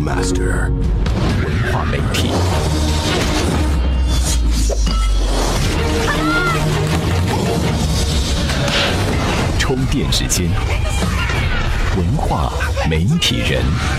Master 文化媒体。充电时间，文化媒体人。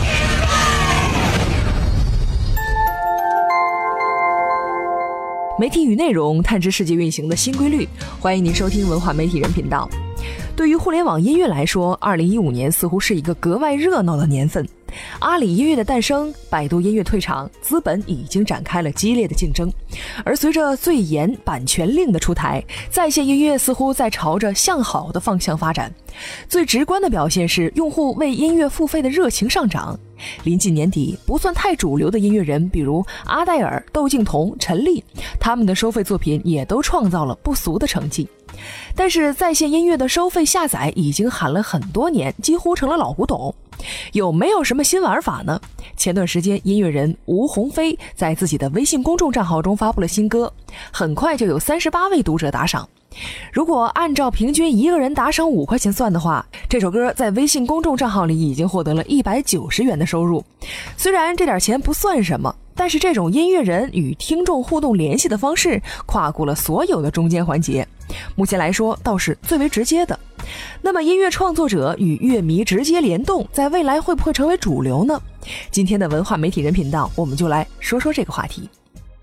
媒体与内容，探知世界运行的新规律。欢迎您收听文化媒体人频道。对于互联网音乐来说，2015年似乎是一个格外热闹的年份。阿里音乐的诞生，百度音乐退场，资本已经展开了激烈的竞争。而随着最严版权令的出台，在线音乐似乎在朝着向好的方向发展。最直观的表现是用户为音乐付费的热情上涨。临近年底，不算太主流的音乐人，比如阿黛尔、窦靖童、陈粒，他们的收费作品也都创造了不俗的成绩。但是在线音乐的收费下载已经喊了很多年，几乎成了老古董。有没有什么新玩法呢？前段时间音乐人吴鸿飞在自己的微信公众账号中发布了新歌，很快就有38位读者打赏。如果按照平均一个人打赏5块钱算的话，这首歌在微信公众账号里已经获得了190元的收入。虽然这点钱不算什么，但是这种音乐人与听众互动联系的方式跨过了所有的中间环节，目前来说倒是最为直接的。那么音乐创作者与乐迷直接联动，在未来会不会成为主流呢？今天的文化媒体人频道，我们就来说说这个话题。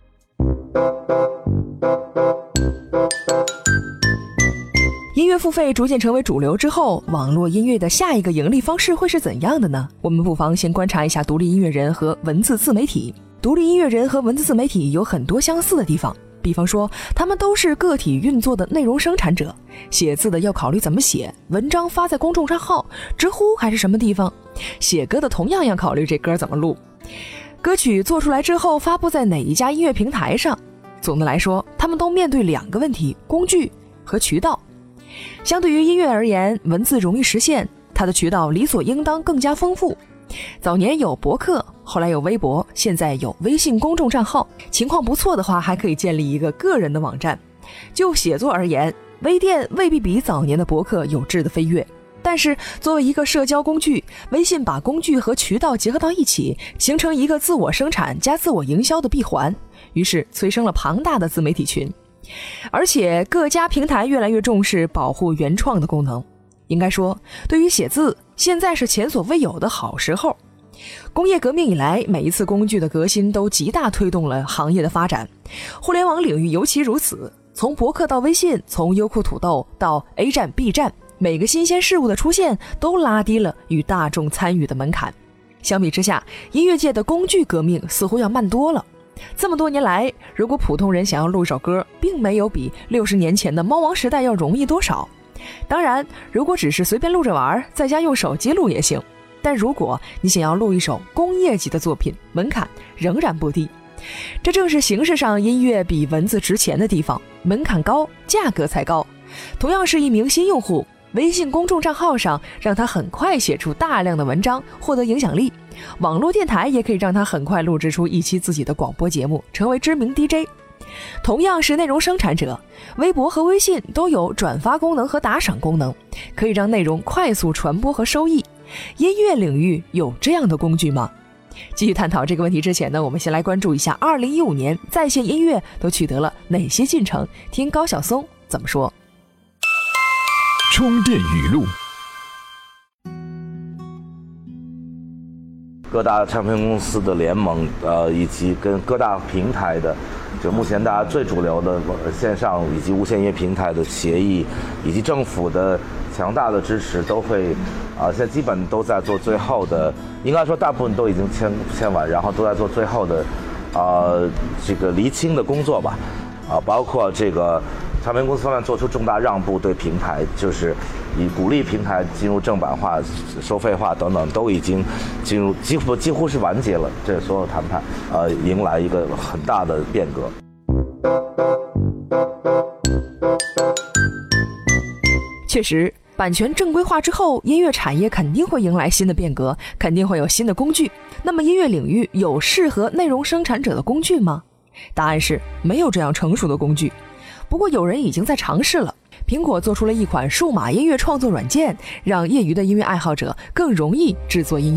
音乐付费逐渐成为主流之后，网络音乐的下一个盈利方式会是怎样的呢？我们不妨先观察一下独立音乐人和文字自媒体。独立音乐人和文字自媒体有很多相似的地方，比方说他们都是个体运作的内容生产者，写字的要考虑怎么写，文章发在公众账号、知乎还是什么地方，写歌的同样要考虑这歌怎么录，歌曲做出来之后发布在哪一家音乐平台上。总的来说，他们都面对2个问题：工具和渠道。相对于音乐而言，文字容易实现，它的渠道理所应当更加丰富。早年有博客，后来有微博，现在有微信公众账号，情况不错的话还可以建立一个个人的网站。就写作而言，微店未必比早年的博客有质的飞跃，但是作为一个社交工具，微信把工具和渠道结合到一起，形成一个自我生产加自我营销的闭环，于是催生了庞大的自媒体群。而且各家平台越来越重视保护原创的功能。应该说，对于写字，现在是前所未有的好时候。工业革命以来，每一次工具的革新都极大推动了行业的发展，互联网领域尤其如此。从博客到微信，从优酷土豆到 A 站 B 站，每个新鲜事物的出现都拉低了与大众参与的门槛。相比之下，音乐界的工具革命似乎要慢多了。这么多年来，如果普通人想要录一首歌，并没有比60年前的猫王时代要容易多少。当然，如果只是随便录着玩，在家用手机录也行。但如果你想要录一首工业级的作品，门槛仍然不低。这正是形式上音乐比文字值钱的地方，门槛高，价格才高。同样是一名新用户，微信公众账号上让他很快写出大量的文章，获得影响力。网络电台也可以让他很快录制出一期自己的广播节目，成为知名 DJ。 同样是内容生产者，微博和微信都有转发功能和打赏功能，可以让内容快速传播和收益。音乐领域有这样的工具吗？继续探讨这个问题之前呢，我们先来关注一下2015年在线音乐都取得了哪些进程，听高晓松怎么说。 充电语录。 各大唱片公司的联盟，以及跟各大平台的，就目前大家最主流的线上以及无线音乐平台的协议，以及政府的强大的支持，都会现在基本都在做最后的，应该说大部分都已经签完，然后都在做最后的这个厘清的工作吧，包括这个唱片公司方面做出重大让步，对平台就是以鼓励平台进入正版化、收费化等等，都已经进入几乎是完结了这所有谈判，迎来一个很大的变革。 确实，版权正规化之后，音乐产业肯定会迎来新的变革，肯定会有新的工具。那么音乐领域有适合内容生产者的工具吗？答案是没有这样成熟的工具。不过有人已经在尝试了，苹果做出了一款数码音乐创作软件，让业余的音乐爱好者更容易制作音乐。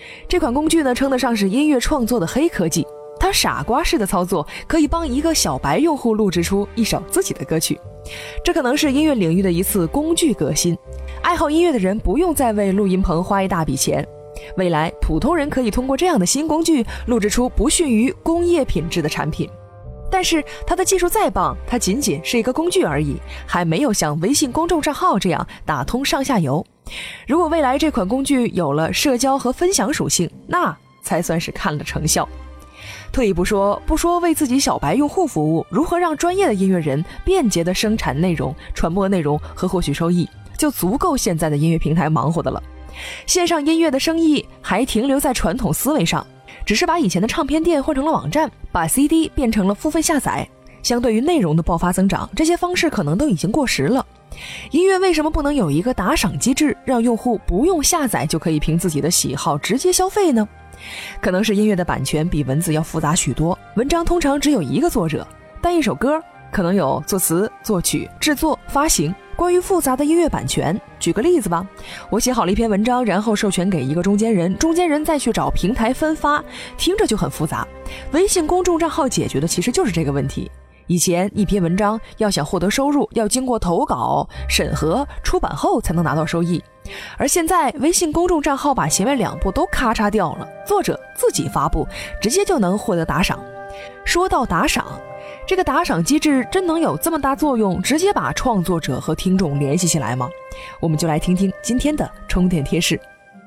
这款工具呢，称得上是音乐创作的黑科技。它傻瓜式的操作，可以帮一个小白用户录制出一首自己的歌曲。这可能是音乐领域的一次工具革新，爱好音乐的人不用再为录音棚花一大笔钱。未来普通人可以通过这样的新工具录制出不逊于工业品质的产品。但是它的技术再棒，它仅仅是一个工具而已，还没有像微信公众账号这样打通上下游。如果未来这款工具有了社交和分享属性，那才算是看了成效。退一步说，不说为自己小白用户服务，如何让专业的音乐人便捷地生产内容、传播内容和获取收益，就足够现在的音乐平台忙活的了。线上音乐的生意还停留在传统思维上，只是把以前的唱片店换成了网站，把 CD 变成了付费下载。相对于内容的爆发增长，这些方式可能都已经过时了。音乐为什么不能有一个打赏机制，让用户不用下载就可以凭自己的喜好直接消费呢？可能是音乐的版权比文字要复杂许多，文章通常只有一个作者，但一首歌可能有作词、作曲、制作、发行。关于复杂的音乐版权，举个例子吧，我写好了一篇文章，然后授权给一个中间人，中间人再去找平台分发，听着就很复杂。微信公众账号解决的其实就是这个问题。以前一篇文章要想获得收入，要经过投稿、审核、出版后才能拿到收益，而现在微信公众账号把前面两步都咔嚓掉了，作者自己发布，直接就能获得打赏。说到打赏，这个打赏机制真能有这么大作用，直接把创作者和听众联系起来吗？我们就来听听今天的充电贴士。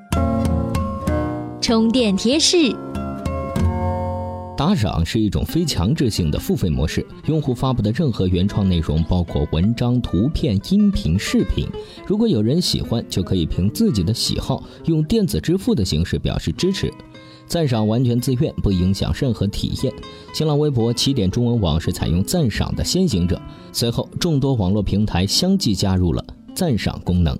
充电贴士。 打赏是一种非强制性的付费模式，用户发布的任何原创内容，包括文章、图片、音频、视频，如果有人喜欢，就可以凭自己的喜好用电子支付的形式表示支持。赞赏完全自愿，不影响任何体验。新浪微博、起点中文网是采用赞赏的先行者，随后众多网络平台相继加入了赞赏功能。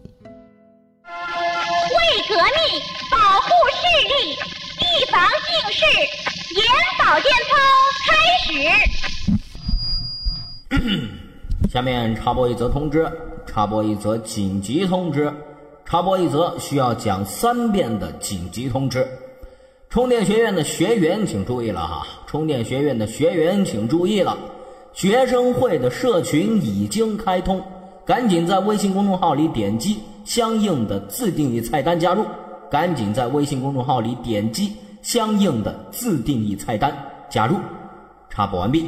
为革命，保护视力，预防近视，眼保健操开始。 下面插播一则通知，插播一则紧急通知，插播一则需要讲3遍的紧急通知。充电学院的学员请注意了哈！充电学院的学员请注意了，学生会的社群已经开通，赶紧在微信公众号里点击相应的自定义菜单加入，赶紧在微信公众号里点击相应的自定义菜单加入。插播完毕。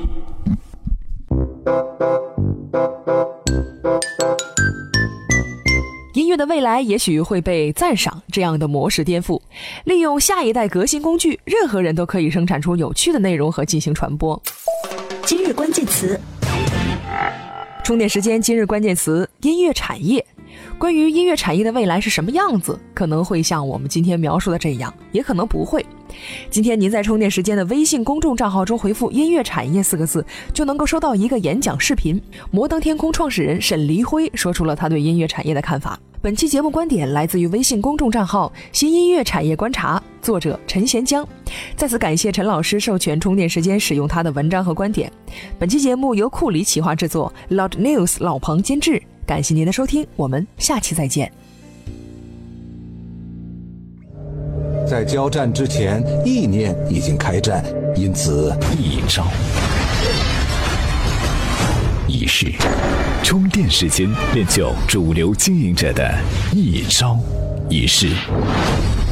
音乐的未来也许会被赞赏这样的模式颠覆，利用下一代革新工具，任何人都可以生产出有趣的内容和进行传播。 今日关键词， 充电时间今日关键词：音乐产业。关于音乐产业的未来是什么样子，可能会像我们今天描述的这样，也可能不会。今天您在充电时间的微信公众账号中回复音乐产业4个字，就能够收到一个演讲视频。摩登天空创始人沈黎辉说出了他对音乐产业的看法。本期节目观点来自于微信公众账号新音乐产业观察，作者陈贤江。在此感谢陈老师授权充电时间使用他的文章和观点。本期节目由库里企划制作， Loud News 老彭监制。感谢您的收听，我们下期再见。 在交战之前，意念已经开战，因此一招一式，充电时间练就主流经营者的一招一式。